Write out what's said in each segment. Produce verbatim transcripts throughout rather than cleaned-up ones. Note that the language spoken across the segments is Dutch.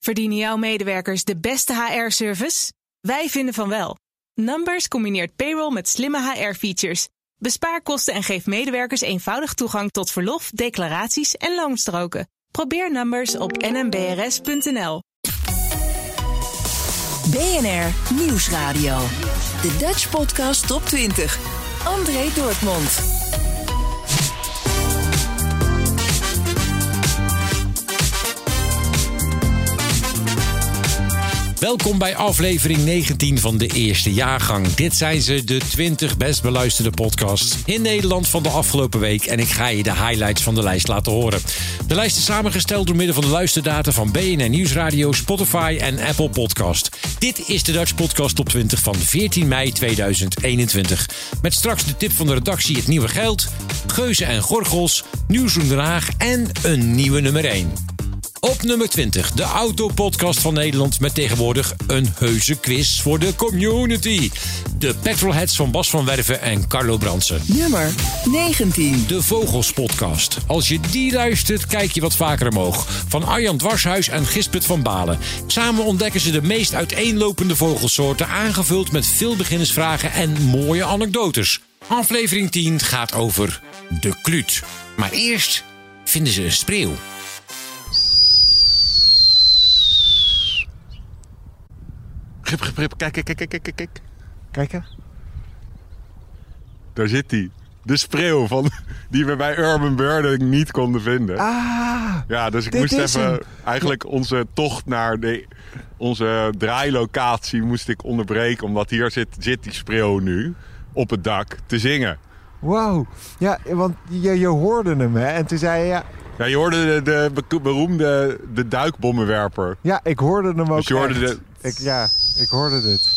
Verdienen jouw medewerkers de beste H R-service? Wij vinden van wel. Numbers combineert payroll met slimme H R-features. Bespaar kosten en geef medewerkers eenvoudig toegang tot verlof, declaraties en loonstroken. Probeer Numbers op n m b r s punt n l. B N R Nieuwsradio. De Dutch Podcast Top twintig. André Dortmund. Welkom bij aflevering negentien van de eerste jaargang. Dit zijn ze, de twintig best beluisterde podcasts in Nederland van de afgelopen week. En ik ga je de highlights van de lijst laten horen. De lijst is samengesteld door middel van de luisterdata van B N R Nieuwsradio, Spotify en Apple Podcast. Dit is de Dutch Podcast Top twintig van veertien mei tweeduizend eenentwintig. Met straks de tip van de redactie Het Nieuwe Geld, Geuzen en Gorgels, Nieuwsroom Den Haag en een nieuwe nummer één. Op nummer twintig, de autopodcast van Nederland met tegenwoordig een heuse quiz voor de community. De Petrolheads van Bas van Werven en Carlo Brandsen. Nummer negentien. De Vogels podcast. Als je die luistert, kijk je wat vaker omhoog. Van Arjan Dwarshuis en Gispert van Balen. Samen ontdekken ze de meest uiteenlopende vogelsoorten, aangevuld met veel beginnersvragen en mooie anekdotes. Aflevering tien gaat over de kluut. Maar eerst vinden ze een spreeuw. Grip, grip, grip. Kijk, kijk, kijk, kijk, kijk. Kijken. Daar zit hij. De spreeuw van, die we bij Urban Birding niet konden vinden. Ah, ja, dus ik dit moest is even... hem. Eigenlijk onze tocht naar de, onze draailocatie moest ik onderbreken. Omdat hier zit, zit die spreeuw nu op het dak te zingen. Wow. Ja, want je, je hoorde hem, hè? En toen zei je... Ja, Ja, je hoorde de, de be- beroemde de duikbommenwerper. ja, ik hoorde hem ook Dus je hoorde echt. de- Ik, ja, ik hoorde het.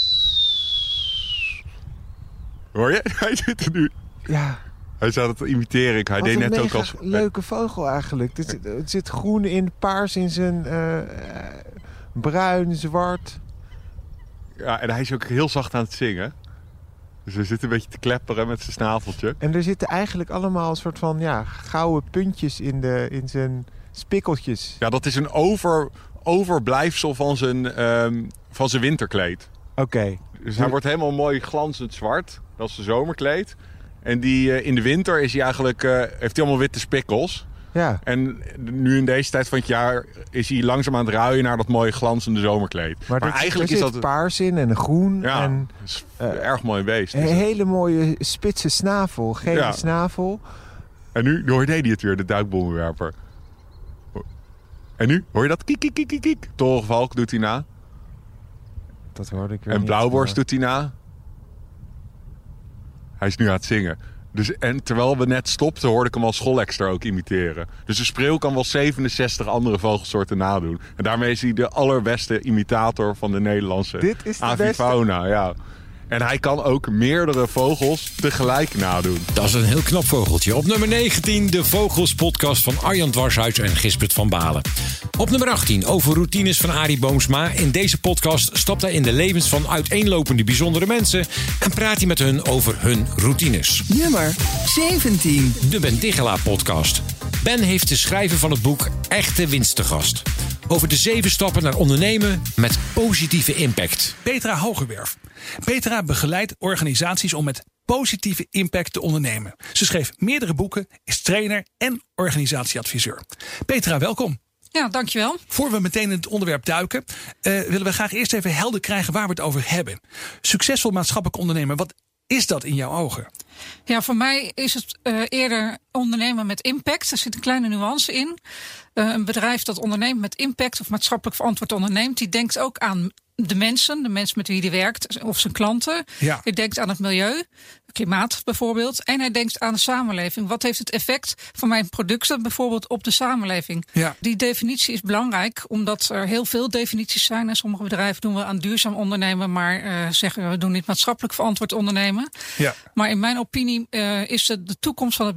Hoor je? Hij zit er nu. Ja. Hij zat het te imiteren. Hij Wat deed een net mega ook als... leuke vogel eigenlijk. Er zit, er zit groen in, paars in zijn... eh, eh, bruin, zwart. Ja, en hij is ook heel zacht aan het zingen. Dus hij zit een beetje te klepperen met zijn snaveltje. En er zitten eigenlijk allemaal een soort van ja, gouden puntjes in, de, in zijn spikkeltjes. Ja, dat is een over, overblijfsel van zijn, ehm, van zijn winterkleed. Oké. Okay. Dus hij wordt helemaal mooi glanzend zwart. Dat is zijn zomerkleed. En die, uh, in de winter is hij eigenlijk, uh, heeft hij allemaal witte spikkels. Ja. En nu in deze tijd van het jaar is hij langzaam aan het ruien naar dat mooie glanzende zomerkleed. Maar, maar dat, eigenlijk er is zit dat... paars in en groen. Ja, en dat is uh, een erg mooi beest. een hele mooie spitse snavel. Gele Ja. snavel. En nu, nu hoorde hij het weer, de duikbommenwerper. En nu, hoor je dat? Kiek, kiek, kiek, kiek, kiek. Torenvalk doet hij na. Dat hoorde ik weer En niet, blauwborst maar... doet hij na. Hij is nu aan het zingen. Dus, en terwijl we net stopten, hoorde ik hem als schoolexter ook imiteren. Dus de spreeuw kan wel zevenenzestig andere vogelsoorten nadoen. En daarmee is hij de allerbeste imitator van de Nederlandse Dit is de avifauna. Ja. En hij kan ook meerdere vogels tegelijk nadoen. Dat is een heel knap vogeltje. Op nummer negentien, de Vogels podcast van Arjan Dwarshuis en Gispert van Balen. Op nummer achttien, over routines van Arie Boomsma. In deze podcast stapt hij in de levens van uiteenlopende bijzondere mensen en praat hij met hun over hun routines. Nummer zeventien. De Ben Tigelaar podcast. Ben heeft de schrijver van het boek Echte Winst te gast. Over de zeven stappen naar ondernemen met positieve impact. Petra Hogewerf. Petra begeleidt organisaties om met positieve impact te ondernemen. Ze schreef meerdere boeken, is trainer en organisatieadviseur. Petra, welkom. Ja, dankjewel. Voor we meteen in het onderwerp duiken, uh, willen we graag eerst even helder krijgen waar we het over hebben. Succesvol maatschappelijk ondernemen, wat is dat in jouw ogen? Ja, voor mij is het uh, eerder ondernemen met impact. Er zit een kleine nuance in. Uh, een bedrijf dat onderneemt met impact of maatschappelijk verantwoord onderneemt, die denkt ook aan de mensen, de mensen met wie hij werkt of zijn klanten. Ja. Hij denkt aan het milieu, klimaat bijvoorbeeld. En hij denkt aan de samenleving. Wat heeft het effect van mijn producten bijvoorbeeld op de samenleving? Ja. Die definitie is belangrijk, omdat er heel veel definities zijn. En sommige bedrijven doen we aan duurzaam ondernemen, maar uh, zeggen we doen niet maatschappelijk verantwoord ondernemen. Ja. Maar in mijn opinie uh, is het de toekomst van het bedrijfsleven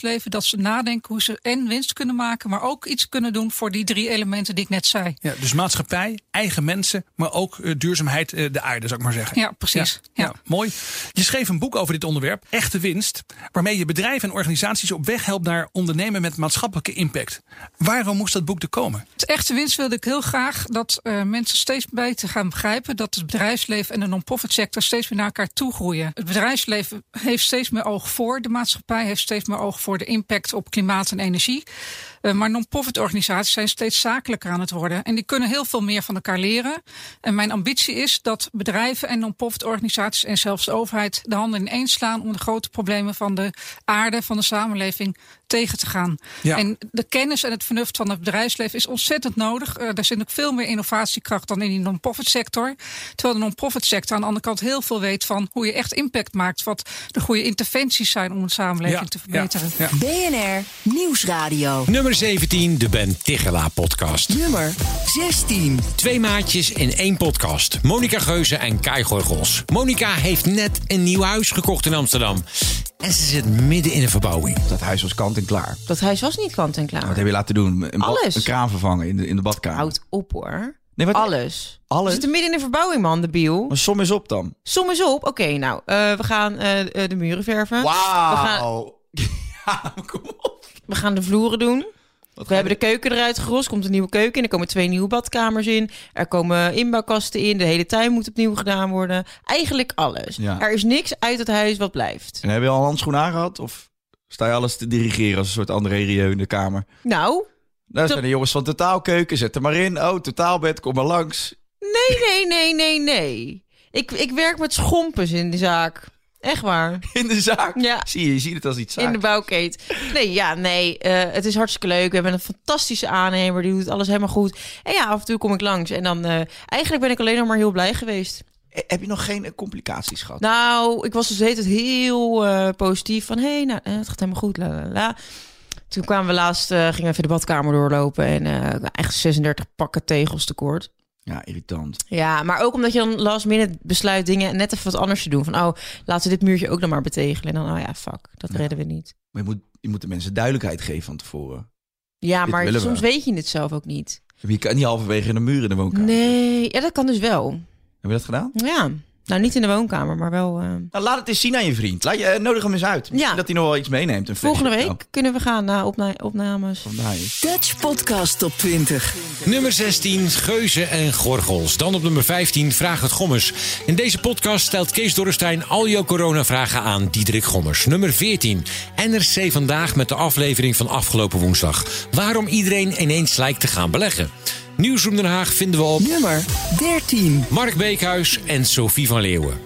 bedrijfsleven dat ze nadenken hoe ze en winst kunnen maken, maar ook iets kunnen doen voor die drie elementen die ik net zei. Ja, dus maatschappij, eigen mensen, maar ook uh, duurzaamheid, uh, de aarde, zou ik maar zeggen. Ja, precies. Ja, Ja. ja, mooi. Je schreef een boek over dit onderwerp, Echte Winst, waarmee je bedrijven en organisaties op weg helpt naar ondernemen met maatschappelijke impact. Waarom moest dat boek er komen? Het echte winst wilde ik heel graag dat uh, mensen steeds beter gaan begrijpen dat het bedrijfsleven en de non-profit sector steeds meer naar elkaar toe groeien. Het bedrijfsleven heeft steeds meer oog voor de maatschappij, heeft steeds meer oog voor de impact op klimaat en energie. Uh, maar non-profit organisaties zijn steeds zakelijker aan het worden. En die kunnen heel veel meer van elkaar leren. En mijn ambitie is dat bedrijven en non-profit organisaties en zelfs de overheid de handen in één slaan om de grote problemen van de aarde, van de samenleving tegen te gaan. Ja. En de kennis en het vernuft van het bedrijfsleven is ontzettend nodig. Uh, daar zit ook veel meer innovatiekracht dan in die non-profit sector. Terwijl de non-profit sector aan de andere kant heel veel weet van hoe je echt impact maakt. Wat de goede interventies zijn om de samenleving Ja. te verbeteren. Ja. Ja. B N R Nieuwsradio. Nummer zeventien, de Ben Tichelaar podcast. Nummer zestien. Twee maatjes in één podcast. Monica Geuze en Kai Gorgels. Monica heeft net een nieuw huis gekocht in Amsterdam. En ze zit midden in een verbouwing. Dat huis was kant en klaar. Dat huis was niet kant en klaar. Wat heb je laten doen? Een, ba- Alles. een kraan vervangen in de, in de badkamer. Houd op hoor. Nee, wat? Alles. Alles? We zitten midden in een verbouwing, man, de biel. Maar som eens op dan. Som eens op. Oké, nou, uh, we gaan uh, de muren verven. Wauw. We gaan, Ja, kom op. we gaan de vloeren doen. Wat We hebben de keuken eruit gerost. Er komt een nieuwe keuken in. Er komen twee nieuwe badkamers in. Er komen inbouwkasten in. De hele tuin moet opnieuw gedaan worden. Eigenlijk alles. Ja. Er is niks uit het huis wat blijft. En heb je al een handschoen aangehad? Of sta je alles te dirigeren als een soort André Rieu in de kamer? Nou, Daar zijn de jongens van Totaalkeuken. Zet er maar in. Oh, Totaalbed, kom maar langs. nee, nee, nee, nee, nee. Ik, ik werk met schompens in de zaak. Echt waar. In de zaak? Ja. Zie je, je ziet het als iets zaak. In de bouwkeet. Nee, ja, nee. Uh, het is hartstikke leuk. We hebben een fantastische aannemer. Die doet alles helemaal goed. En ja, af en toe kom ik langs. En dan, uh, eigenlijk ben ik alleen nog maar heel blij geweest. Heb je nog geen eh, complicaties gehad? Nou, ik was dus de hele tijd heel uh, positief. Van, hé, hey, nou, uh, het gaat helemaal goed. La, la, la. Toen kwamen we laatst, uh, gingen we even de badkamer doorlopen. En uh, echt zesendertig pakken tegels tekort. Ja, irritant. Ja, maar ook omdat je dan last minute besluit dingen net even wat anders te doen. Van, oh, laten we dit muurtje ook dan maar betegelen. En dan, oh ja, fuck, dat Ja. redden we niet. Maar je moet, je moet de mensen duidelijkheid geven van tevoren. Ja, Dit maar willen soms we. weet je het zelf ook niet. Je kan niet halverwege in de muur in de woonkamer. Nee, ja, dat kan dus wel. Heb je dat gedaan? Ja, nou niet in de woonkamer, maar wel... Uh... Nou, laat het eens zien aan je vriend. Laat je, uh, nodig hem eens uit. Misschien Ja. dat hij nog wel iets meeneemt. Een Volgende flesje week of kunnen we gaan naar opna- opnames. zo. Van daar is. Dutch Podcast Top twintig. Nummer zestien, Geuze en Gorgels. Dan op nummer vijftien, Vraag het Gommers. In deze podcast stelt Kees Dorrestein al jouw coronavragen aan Diederik Gommers. Nummer veertien, N R C Vandaag met de aflevering van afgelopen woensdag. Waarom iedereen ineens lijkt te gaan beleggen. Nieuwsroom Den Haag vinden we op Nummer dertien. Mark Beekhuis en Sophie van Leeuwen.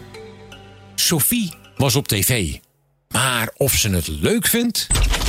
Sophie was op tv. Maar of ze het leuk vindt?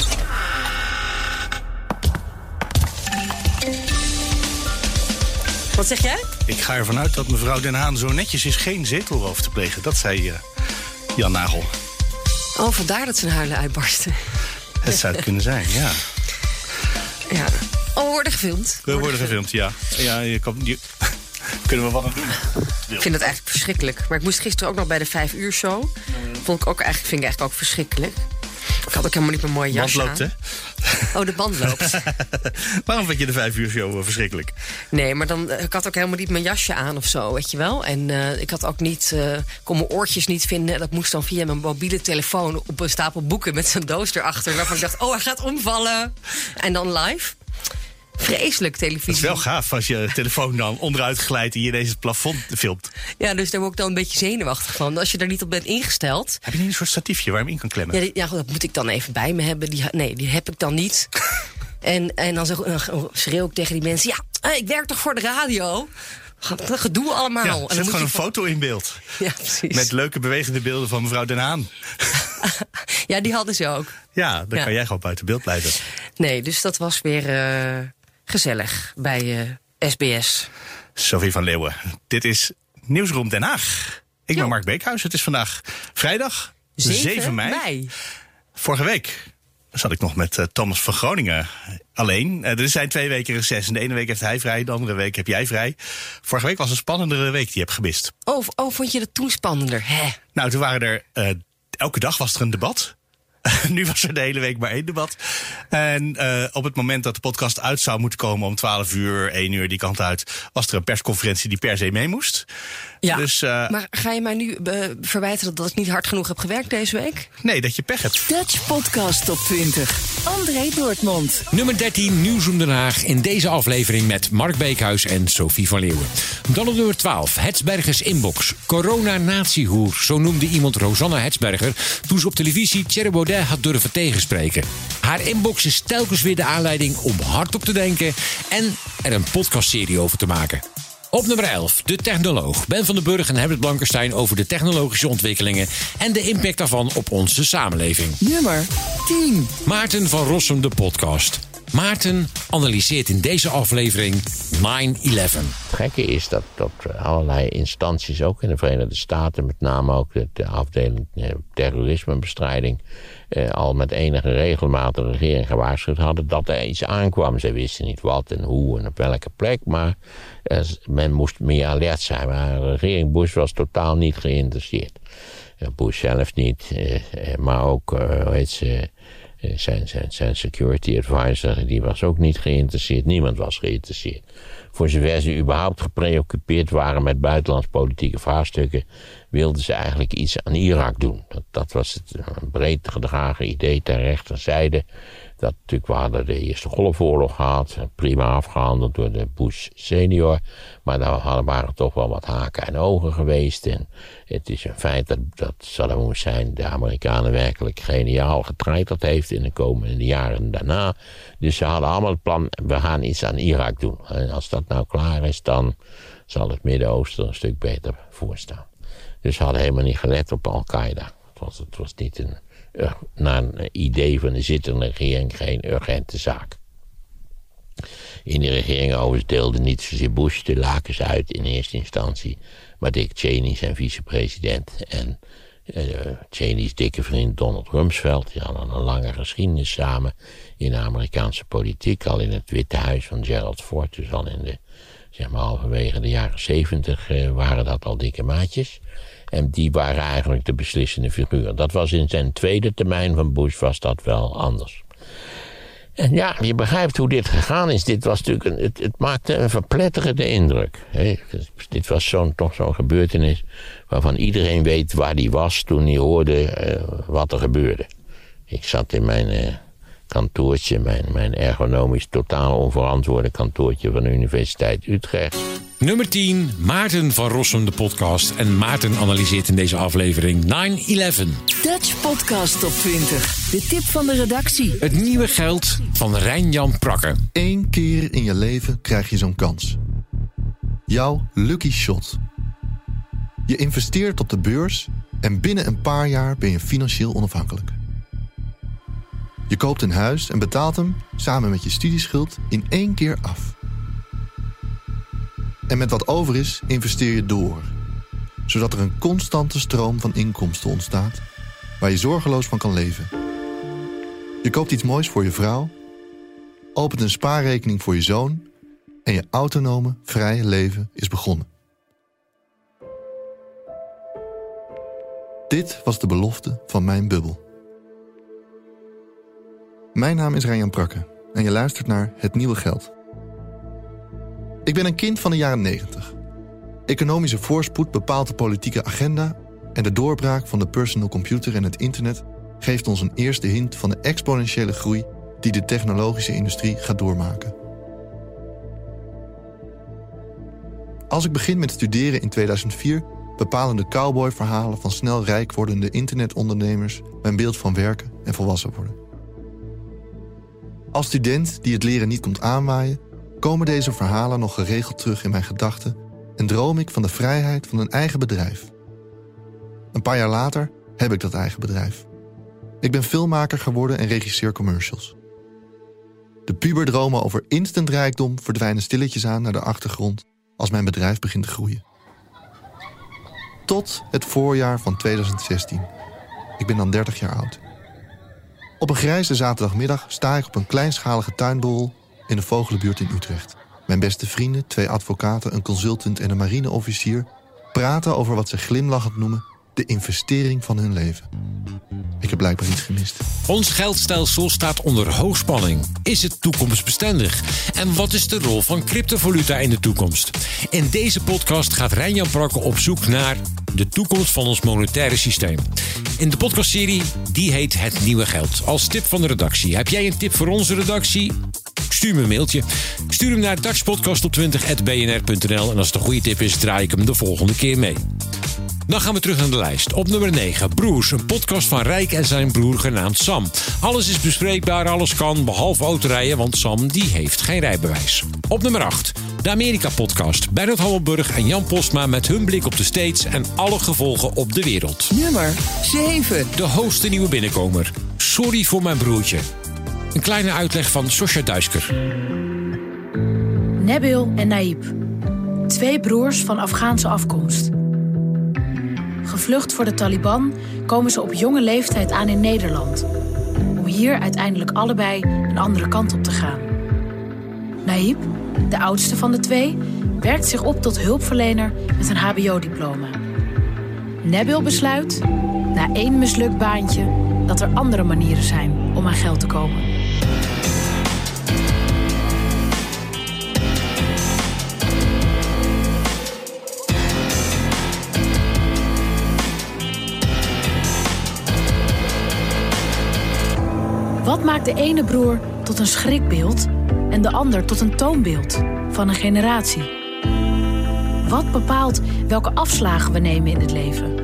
Wat zeg jij? Ik ga ervan uit dat mevrouw Den Haan zo netjes is geen zetelroof te plegen. Dat zei uh, Jan Nagel. Oh, vandaar dat ze in huilen uitbarsten. Het zou het kunnen zijn, ja. Ja. Oh, we worden gefilmd. We worden gefilmd, ja. Ja, je kan, je, kunnen we wat aan doen? Ik vind het eigenlijk verschrikkelijk. Maar ik moest gisteren ook nog bij de vijf uur show. Vond ik ook eigenlijk, vind ik eigenlijk ook verschrikkelijk. Ik had ook helemaal niet mijn mooie jas Band loopt, aan. hè? Oh, de band loopt. Waarom vind je de vijf uur show uh, verschrikkelijk? Nee, maar dan, ik had ook helemaal niet mijn jasje aan of zo, weet je wel. En uh, ik had ook niet, uh, kon mijn oortjes niet vinden. Dat moest dan via mijn mobiele telefoon op een stapel boeken met zo'n doos erachter. Waarvan ik dacht, oh, hij gaat omvallen. En dan live. Vreselijk televisie. Het is wel gaaf als je telefoon dan onderuit glijdt en je ineens het plafond filmt. Ja, dus daar word ik dan een beetje zenuwachtig van. Als je er niet op bent ingesteld. Heb je niet een soort statiefje waar je hem in kan klemmen? Ja, die, ja, dat moet ik dan even bij me hebben. Die, nee, die heb ik dan niet. en, en dan zeg, uh, schreeuw ik tegen die mensen. Ja, uh, ik werk toch voor de radio? Dat gedoe allemaal. Ja, en zet dan moet gewoon je een van... foto in beeld. Ja, precies. Met leuke bewegende beelden van mevrouw Den Haan. Ja, die hadden ze ook. Ja, dan Ja. kan jij gewoon buiten beeld blijven. Nee, dus dat was weer uh, gezellig bij uh, S B S. Sophie van Leeuwen, dit is Nieuwsroom Den Haag. Ik ben Jo. Mark Beekhuis. Het is vandaag vrijdag, zeven mei. Vorige week zat ik nog met uh, Thomas van Groningen alleen. Uh, er zijn twee weken reces. En de ene week heeft hij vrij, de andere week heb jij vrij. Vorige week was een spannendere week die je hebt gemist. Oh, oh, vond je dat toen spannender? Hè? Nou, toen waren er... Uh, elke dag was er een debat. Nu was er de hele week maar één debat. En uh, op het moment dat de podcast uit zou moeten komen om twaalf uur, één uur, die kant uit, was er een persconferentie die per se mee moest. Ja, dus, uh, maar ga je mij nu uh, verwijten dat ik niet hard genoeg heb gewerkt deze week? Nee, dat je pech hebt. Dutch Podcast Top twintig. André Dortmund. Nummer dertien, Nieuwsroom Den Haag. In deze aflevering met Mark Beekhuis en Sophie van Leeuwen. Dan op nummer twaalf, Hetsbergers Inbox. Corona-natiehoer, zo noemde iemand Rosanna Hetsberger toen ze op televisie Thierry Baudet had durven tegenspreken. Haar inbox is telkens weer de aanleiding om hardop te denken en er een podcastserie over te maken. Op nummer elf, de technoloog. Ben van den Burg en Herbert Blankenstein over de technologische ontwikkelingen en de impact daarvan op onze samenleving. Nummer tien. Maarten van Rossum, de podcast. Maarten analyseert in deze aflevering nine eleven. Het gekke is dat, dat allerlei instanties, ook in de Verenigde Staten, met name ook de, de afdeling eh, terrorismebestrijding, eh, al met enige regelmaat de regering gewaarschuwd hadden dat er iets aankwam. Ze wisten niet wat en hoe en op welke plek, maar eh, men moest meer alert zijn. Maar de regering Bush was totaal niet geïnteresseerd. Eh, Bush zelf niet, eh, maar ook, eh, hoe heet ze... Zijn, zijn, zijn security advisor, die was ook niet geïnteresseerd. Niemand was geïnteresseerd. Voor zover ze überhaupt gepreoccupeerd waren met buitenlands politieke vraagstukken, wilden ze eigenlijk iets aan Irak doen. Dat, dat was het een breed gedragen idee ter rechterzijde. Dat natuurlijk, we hadden de Eerste Golfoorlog gehad, prima afgehandeld door de Bush senior. Maar daar waren toch wel wat haken en ogen geweest. En het is een feit dat, dat Saddam Hussein de Amerikanen werkelijk geniaal getreiterd heeft in de komende jaren daarna. Dus ze hadden allemaal het plan, we gaan iets aan Irak doen. En als dat nou klaar is, dan zal het Midden-Oosten een stuk beter voorstaan. Dus ze hadden helemaal niet gelet op Al-Qaeda. Het was, het was niet een, naar een idee van de zittende regering geen urgente zaak. In die regering overigens deelde niet zozeer Bush de lakens uit in eerste instantie, maar Dick Cheney, zijn vicepresident, en uh, Cheney's dikke vriend Donald Rumsfeld. Die hadden een lange geschiedenis samen in de Amerikaanse politiek, al in het Witte Huis van Gerald Ford, dus al in de, zeg maar, halverwege de jaren zeventig uh, waren dat al dikke maatjes. En die waren eigenlijk de beslissende figuur. Dat was in zijn tweede termijn van Bush was dat wel anders. En ja, je begrijpt hoe dit gegaan is. Dit was natuurlijk een, het, het maakte een verpletterende indruk. Hè. Dit was zo'n, toch zo'n gebeurtenis waarvan iedereen weet waar die was toen hij hoorde uh, wat er gebeurde. Ik zat in mijn uh, kantoortje, mijn, mijn ergonomisch totaal onverantwoorde kantoortje van de Universiteit Utrecht. Nummer tien, Maarten van Rossum, de podcast. En Maarten analyseert in deze aflevering nine eleven. Dutch Podcast Top twintig. De tip van de redactie. Het nieuwe geld van Rijn-Jan Prakke. Eén keer in je leven krijg je zo'n kans. Jouw lucky shot. Je investeert op de beurs en binnen een paar jaar ben je financieel onafhankelijk. Je koopt een huis en betaalt hem samen met je studieschuld in één keer af. En met wat over is, investeer je door. Zodat er een constante stroom van inkomsten ontstaat waar je zorgeloos van kan leven. Je koopt iets moois voor je vrouw, opent een spaarrekening voor je zoon en je autonome, vrije leven is begonnen. Dit was de belofte van mijn bubbel. Mijn naam is Rijn-Jan Prakke en je luistert naar Het Nieuwe Geld. Ik ben een kind van de jaren negentig. Economische voorspoed bepaalt de politieke agenda en de doorbraak van de personal computer en het internet geeft ons een eerste hint van de exponentiële groei die de technologische industrie gaat doormaken. Als ik begin met studeren in tweeduizend vier bepalen de cowboyverhalen van snel rijk wordende internetondernemers mijn beeld van werken en volwassen worden. Als student die het leren niet komt aanwaaien, komen deze verhalen nog geregeld terug in mijn gedachten en droom ik van de vrijheid van een eigen bedrijf. Een paar jaar later heb ik dat eigen bedrijf. Ik ben filmmaker geworden en regisseer commercials. De puberdromen over instant rijkdom verdwijnen stilletjes aan naar de achtergrond als mijn bedrijf begint te groeien. Tot het voorjaar van tweeduizend zestien. Ik ben dan dertig jaar oud. Op een grijze zaterdagmiddag sta ik op een kleinschalige tuinborrel in de Vogelenbuurt in Utrecht. Mijn beste vrienden, twee advocaten, een consultant en een marineofficier praten over wat ze glimlachend noemen de investering van hun leven. Ik heb blijkbaar iets gemist. Ons geldstelsel staat onder hoogspanning. Is het toekomstbestendig? En wat is de rol van cryptovaluta in de toekomst? In deze podcast gaat Rijn-Jan Prakke op zoek naar de toekomst van ons monetaire systeem. In de podcastserie, die heet Het Nieuwe Geld. Als tip van de redactie. Heb jij een tip voor onze redactie? Stuur me een mailtje. Stuur hem naar dutch podcast top twintig at b n r punt n l. En als het een goede tip is, draai ik hem de volgende keer mee. Dan gaan we terug naar de lijst. Op nummer negen, Broers, een podcast van Rijk en zijn broer genaamd Sam. Alles is bespreekbaar, alles kan, behalve autorijden, want Sam die heeft geen rijbewijs. Op nummer acht, de Amerika-podcast. Bernard Hammelburg en Jan Postma met hun blik op de States en alle gevolgen op de wereld. Nummer zeven. De hoogste nieuwe binnenkomer. Sorry voor mijn broertje. Een kleine uitleg van Sosja Duisker. Nabil en Naïb. Twee broers van Afghaanse afkomst. Gevlucht voor de Taliban komen ze op jonge leeftijd aan in Nederland. Om hier uiteindelijk allebei een andere kant op te gaan. Naïb, de oudste van de twee, werkt zich op tot hulpverlener met een H B O-diploma. Nabil besluit, na één mislukt baantje, dat er andere manieren zijn om aan geld te komen. Wat maakt de ene broer tot een schrikbeeld en de ander tot een toonbeeld van een generatie? Wat bepaalt welke afslagen we nemen in het leven?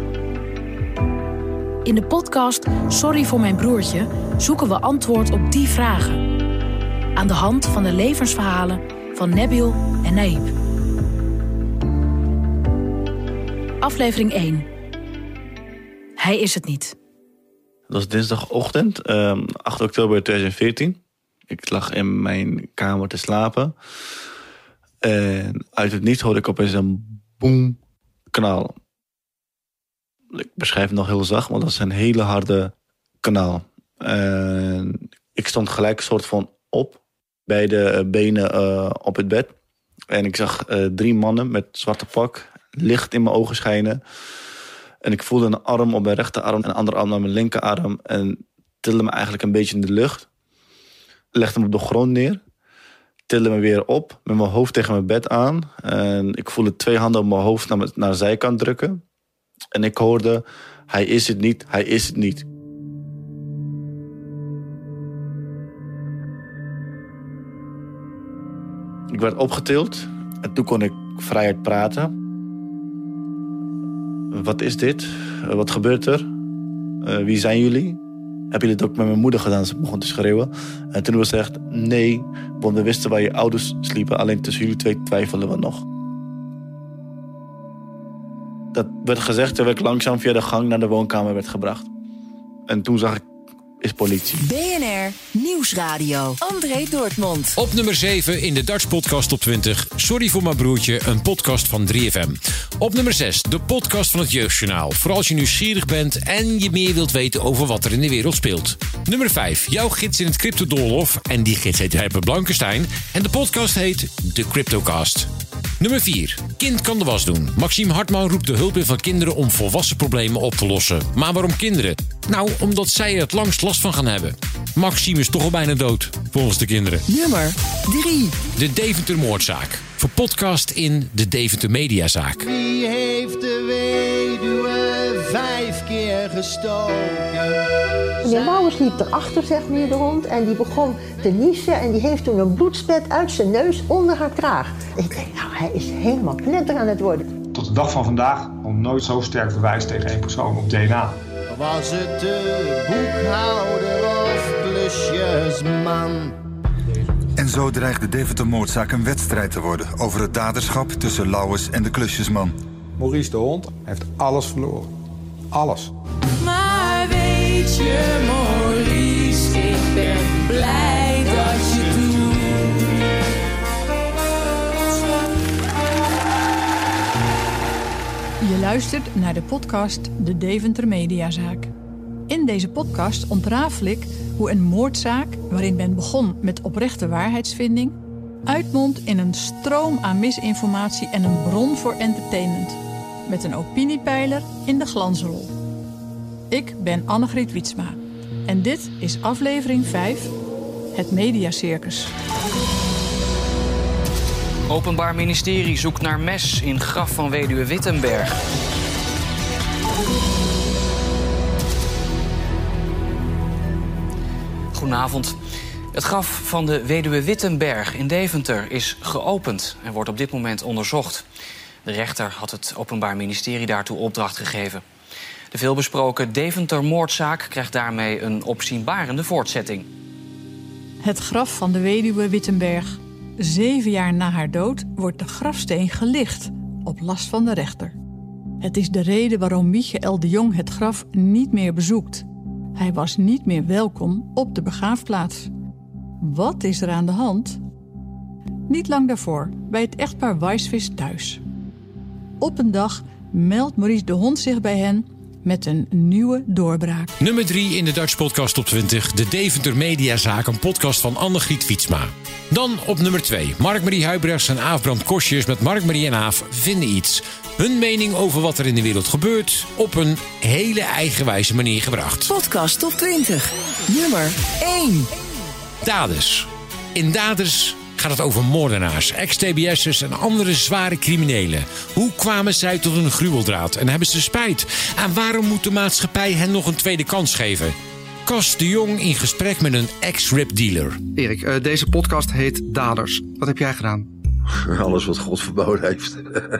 In de podcast Sorry voor mijn broertje zoeken we antwoord op die vragen. Aan de hand van de levensverhalen van Nabil en Naïb. Aflevering één. Hij is het niet. Dat was dinsdagochtend, um, acht oktober tweeduizend veertien. Ik lag in mijn kamer te slapen. En uit het niets hoorde ik opeens een boem knal. Ik beschrijf het nog heel zacht, want dat is een hele harde knal. En ik stond gelijk een soort van op, beide benen uh, op het bed. En ik zag uh, drie mannen met zwarte pak, licht in mijn ogen schijnen. En ik voelde een arm op mijn rechterarm en een andere arm naar mijn linkerarm. En tilde me eigenlijk een beetje in de lucht. Legde me op de grond neer. Tilde me weer op met mijn hoofd tegen mijn bed aan. En ik voelde twee handen op mijn hoofd naar, mijn, naar de zijkant drukken. En ik hoorde, hij is het niet, hij is het niet. Ik werd opgetild en toen kon ik vrijheid praten. Wat is dit? Uh, wat gebeurt er? Uh, wie zijn jullie? Hebben jullie het ook met mijn moeder gedaan? Ze begon te schreeuwen. En toen was ze echt, nee, want we wisten waar je ouders sliepen. Alleen tussen jullie twee twijfelen we nog. Dat werd gezegd terwijl ik langzaam via de gang naar de woonkamer werd gebracht. En toen zag ik, is politie. B N R Nieuwsradio. André Dortmund. Op nummer zeven in de Dutch Podcast Top twintig. Sorry voor mijn broertje, een podcast van drie F M. Op nummer zes, de podcast van het Jeugdjournaal. Vooral als je nieuwsgierig bent en je meer wilt weten over wat er in de wereld speelt. Nummer vijf, jouw gids in het cryptodoolhof. En die gids heet Herbert Blankenstein. En de podcast heet The Cryptocast. Nummer vier. Kind kan de was doen. Maxime Hartman roept de hulp in van kinderen om volwassen problemen op te lossen. Maar waarom kinderen? Nou, omdat zij er het langst last van gaan hebben. Maxime is toch al bijna dood, volgens de kinderen. Nummer drie. De Deventer moordzaak. Verpodcast in de Deventer Mediazaak. Wie heeft de weduwe vijf keer gestoken? Meneer Mouwers liep erachter, zegt meneer de Hond, en die begon te niezen en die heeft toen een bloedspet uit zijn neus onder haar kraag. Ik denk, nou, hij is helemaal knetter aan het worden. Tot de dag van vandaag nog nooit zo sterk bewijs tegen één persoon op D N A. Was het de boekhouder of klusjesman? En zo dreigt de Deventer-moordzaak een wedstrijd te worden over het daderschap tussen Lauwers en de klusjesman. Maurice de Hond heeft alles verloren. Alles. Maar weet je, Maurice, ik ben blij dat je het doet. Je luistert naar de podcast De Deventer Mediazaak. In deze podcast ontrafel ik hoe een moordzaak, waarin men begon met oprechte waarheidsvinding, uitmondt in een stroom aan misinformatie en een bron voor entertainment. met een opiniepeiler in de glansrol. Ik ben Annegriet Wietsma en dit is aflevering vijf, het Mediacircus. Openbaar Ministerie zoekt naar mes in graf van weduwe Wittenberg. Goedenavond. Het graf van de weduwe Wittenberg in Deventer is geopend en wordt op dit moment onderzocht. De rechter had het Openbaar Ministerie daartoe opdracht gegeven. De veelbesproken Deventer-moordzaak krijgt daarmee een opzienbarende voortzetting. Het graf van de weduwe Wittenberg. Zeven jaar na haar dood wordt de grafsteen gelicht op last van de rechter. Het is de reden waarom Michael de Jong het graf niet meer bezoekt. Hij was niet meer welkom op de begraafplaats. Wat is er aan de hand? Niet lang daarvoor, bij het echtpaar Weisvis thuis. Op een dag meldt Maurice de Hond zich bij hen met een nieuwe doorbraak. Nummer drie in de Dutch Podcast Top twintig. De Deventer Mediazaak, een podcast van Annegriet Wietsma. Dan op nummer twee. Mark-Marie Huibrechts en Aaf Brand Kosjes met Mark-Marie en Aaf vinden iets. Hun mening over wat er in de wereld gebeurt op een hele eigenwijze manier gebracht. Podcast Top twintig. Nummer één. Daders. In Daders gaat het over moordenaars, ex-T B S'ers en andere zware criminelen. Hoe kwamen zij tot een gruweldraad en hebben ze spijt? En waarom moet de maatschappij hen nog een tweede kans geven? Cas de Jong in gesprek met een ex-ripdealer. Erik, uh, deze podcast heet Daders. Wat heb jij gedaan? Alles wat God verboden heeft.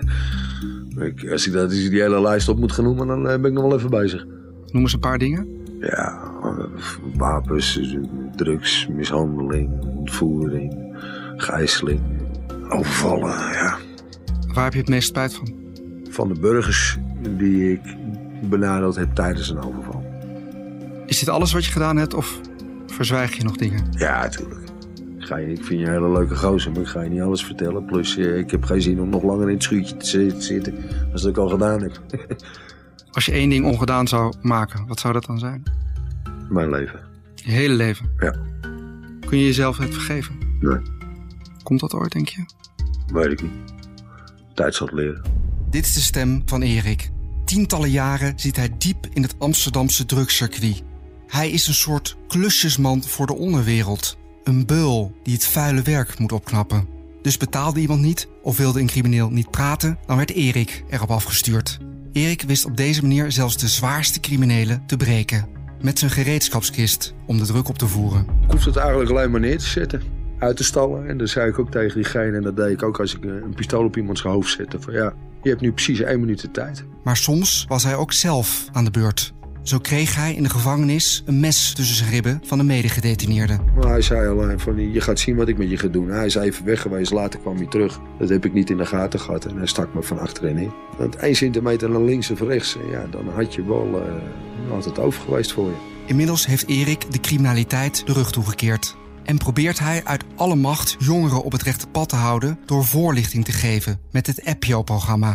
ik, als ik dat die hele lijst op moet gaan noemen, dan uh, ben ik nog wel even bezig. Noem eens een paar dingen. Ja, wapens, drugs, mishandeling, ontvoering, gijzeling, overvallen, ja. Waar heb je het meest spijt van? Van de burgers die ik benadeeld heb tijdens een overval. Is dit alles wat je gedaan hebt of verzwijg je nog dingen? Ja, natuurlijk. Ik, ga je, ik vind je een hele leuke gozer, maar ik ga je niet alles vertellen. Plus, eh, ik heb geen zin om nog langer in het schuurtje te zitten als dat ik al gedaan heb. Als je één ding ongedaan zou maken, wat zou dat dan zijn? Mijn leven. Je hele leven? Ja. Kun je jezelf het vergeven? Nee. Komt dat ooit, denk je? Weet ik niet. Tijd zal het leren. Dit is de stem van Erik. Tientallen jaren zit hij diep in het Amsterdamse drugscircuit. Hij is een soort klusjesman voor de onderwereld. Een beul die het vuile werk moet opknappen. Dus betaalde iemand niet of wilde een crimineel niet praten, dan werd Erik erop afgestuurd. Erik wist op deze manier zelfs de zwaarste criminelen te breken. Met zijn gereedschapskist om de druk op te voeren. Ik hoefde het eigenlijk alleen maar neer te zetten. Uit te stallen. En dan zei ik ook tegen diegene, en dat deed ik ook als ik een pistool op iemands hoofd zette. Van ja, je hebt nu precies één minuut de tijd. Maar soms was hij ook zelf aan de beurt. Zo kreeg hij in de gevangenis een mes tussen zijn ribben van een medegedetineerde. Maar hij zei alleen van, je gaat zien wat ik met je ga doen. Hij is even weg geweest, later kwam hij terug. Dat heb ik niet in de gaten gehad en hij stak me van achterin in. Want één centimeter naar links of rechts, ja, dan had je wel uh, altijd over geweest voor je. Inmiddels heeft Erik de criminaliteit de rug toegekeerd. En probeert hij uit alle macht jongeren op het rechte pad te houden door voorlichting te geven met het Appio-programma.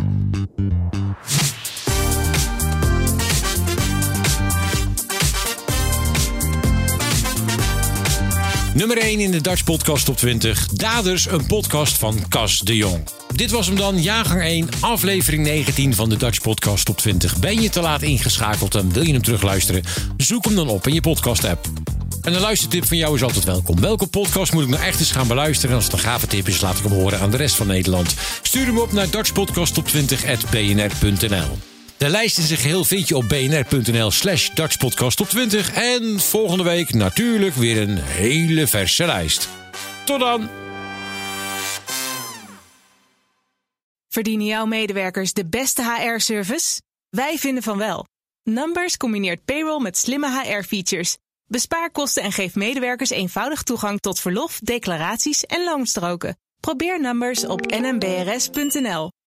Nummer één in de Dutch Podcast Top twintig. Daders, een podcast van Cas de Jong. Dit was hem dan, jaargang één, aflevering negentien van de Dutch Podcast Top twintig. Ben je te laat ingeschakeld en wil je hem terugluisteren? Zoek hem dan op in je podcast-app. En een luistertip van jou is altijd welkom. Welke podcast moet ik nou echt eens gaan beluisteren? En als het een gave tip is, laat ik hem horen aan de rest van Nederland. Stuur hem op naar dutch podcast top twintig at b n r punt n l. De lijst in zijn geheel vind je op bnr.nl slash Dutch Podcast Top twintig. En volgende week natuurlijk weer een hele verse lijst. Tot dan! Verdienen jouw medewerkers de beste H R-service? Wij vinden van wel. Numbers combineert payroll met slimme H R-features. Bespaar kosten en geef medewerkers eenvoudig toegang tot verlof, declaraties en loonstroken. Probeer Numbers op n m b r s punt n l.